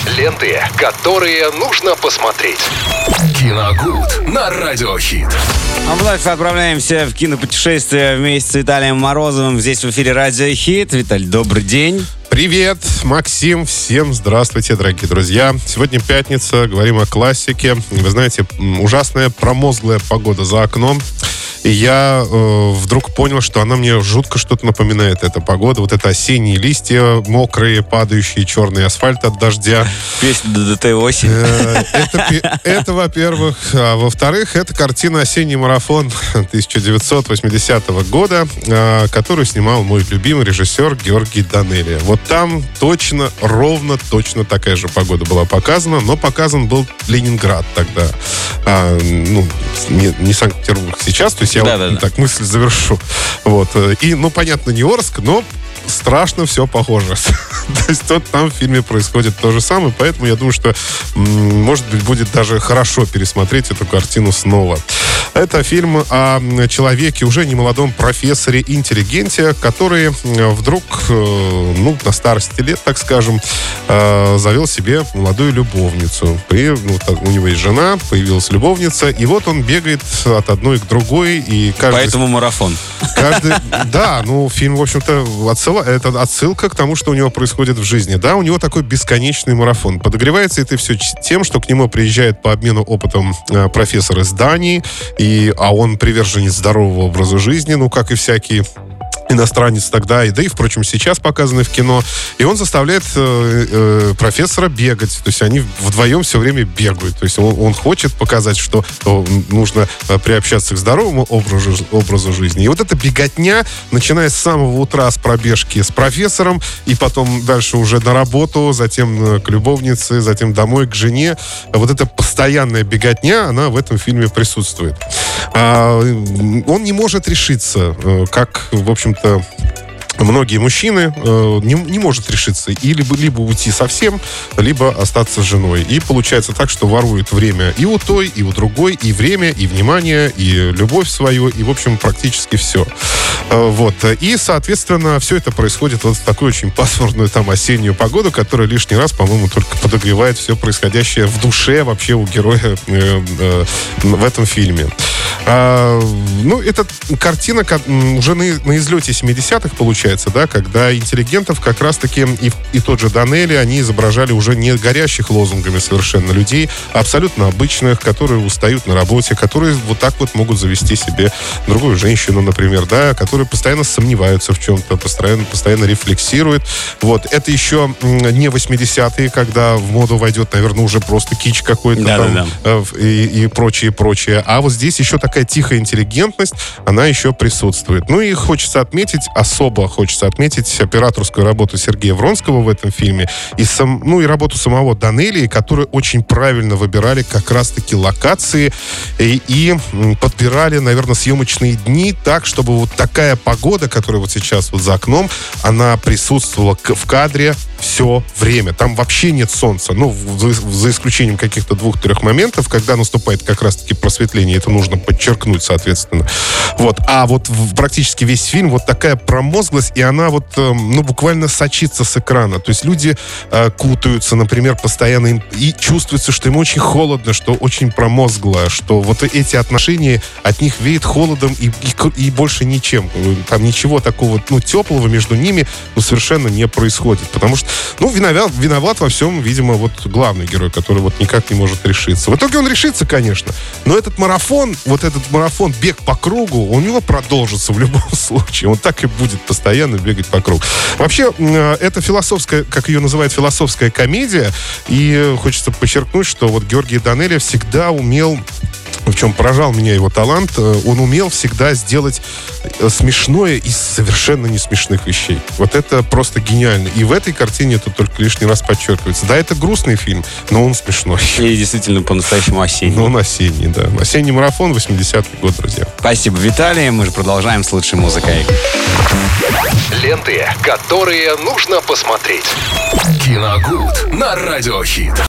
Ленты, которые нужно посмотреть. Киногуд на Радиохит. А вновь отправляемся в кинопутешествие вместе с Виталием Морозовым. Здесь в эфире Радиохит. Виталий, добрый день. Привет, Максим, всем здравствуйте, дорогие друзья. Сегодня пятница, говорим о классике. Вы знаете, ужасная промозглая погода за окном. И я вдруг понял, что она мне жутко что-то напоминает, эта погода. Вот это осенние листья, мокрые, падающие, черный асфальт от дождя. Песня ДДТ осень. Это, во-первых. А во-вторых, это картина «Осенний марафон» 1980 года, которую снимал мой любимый режиссер Георгий Данелия. Вот там ровно точно такая же погода была показана, но показан был Ленинград тогда. Не Санкт-Петербург сейчас, то есть я так мысль завершу. Вот. И, понятно, не Орск, но страшно все похоже. То есть там в фильме происходит то же самое, поэтому я думаю, что, может быть, будет даже хорошо пересмотреть эту картину снова. Это фильм о человеке, уже немолодом профессоре-интеллигенте, который вдруг, на старости лет, так скажем, завел себе молодую любовницу. У него есть жена, появилась любовница, и вот он бегает от одной к другой. И поэтому марафон. Фильм, в общем-то, это отсылка к тому, что у него происходит в жизни. Да, у него такой бесконечный марафон. Подогревается это все тем, что к нему приезжает по обмену опытом профессор из Дании, а он приверженец здорового образа жизни, как и всякий иностранец тогда, и впрочем, сейчас показаны в кино. И он заставляет профессора бегать. То есть они вдвоем все время бегают. То есть он хочет показать, что нужно приобщаться к здоровому образу жизни. И вот эта беготня, начиная с самого утра с пробежки с профессором, и потом дальше уже на работу, затем к любовнице, затем домой к жене. Вот эта постоянная беготня, она в этом фильме присутствует. Он не может решиться, как, в общем-то, многие мужчины не может решиться и либо уйти совсем, либо остаться с женой. И получается так, что ворует время и у той, и у другой, и время, и внимание, и любовь свою, и, в общем, практически все. Вот. И, соответственно, все это происходит вот в такую очень пасмурную осеннюю погоду, которая лишний раз, по-моему, только подогревает все происходящее в душе вообще у героя в этом фильме. Это картина уже на излете 70-х, получается, да, когда интеллигентов как раз-таки и тот же Данелли, они изображали уже не горящих лозунгами совершенно людей, а абсолютно обычных, которые устают на работе, которые вот так вот могут завести себе другую женщину, например, да, которые постоянно сомневаются в чем-то, постоянно рефлексируют. Вот. Это еще не 80-е, когда в моду войдет, наверное, уже просто кич какой-то и прочее. А вот здесь еще такая тихая интеллигентность, она еще присутствует. И особо хочется отметить операторскую работу Сергея Вронского в этом фильме и работу самого Данелии, которые очень правильно выбирали как раз-таки локации и подбирали, наверное, съемочные дни так, чтобы вот такая погода, которая вот сейчас вот за окном, она присутствовала в кадре все время. Там вообще нет солнца. За исключением каких-то 2-3 моментов, когда наступает как раз-таки просветление. Это нужно подчеркнуть, соответственно. Вот. А вот практически весь фильм вот такая промозглость, и она буквально сочится с экрана. То есть люди кутаются, например, постоянно, и чувствуется, что им очень холодно, что очень промозгло, что вот эти отношения, от них веет холодом и больше ничем. Там ничего такого, теплого между ними совершенно не происходит. Потому что виноват во всем, видимо, вот главный герой, который вот никак не может решиться. В итоге он решится, конечно, но этот марафон, бег по кругу, у него продолжится в любом случае. Он так и будет постоянно бегать по кругу. Вообще, это философская, как ее называют, философская комедия, и хочется подчеркнуть, что вот Георгий Данелия всегда умел, в чем поражал меня его талант, он умел всегда сделать смешное из совершенно не смешных вещей. Вот это просто гениально. И в этой картине это только лишний раз подчеркивается. Да, это грустный фильм, но он смешной. И действительно по-настоящему осенний. Он осенний, да. Осенний марафон, 80-й год, друзья. Спасибо, Виталий. Мы же продолжаем с лучшей музыкой. Ленты, которые нужно посмотреть. Киногуд на Радиохит.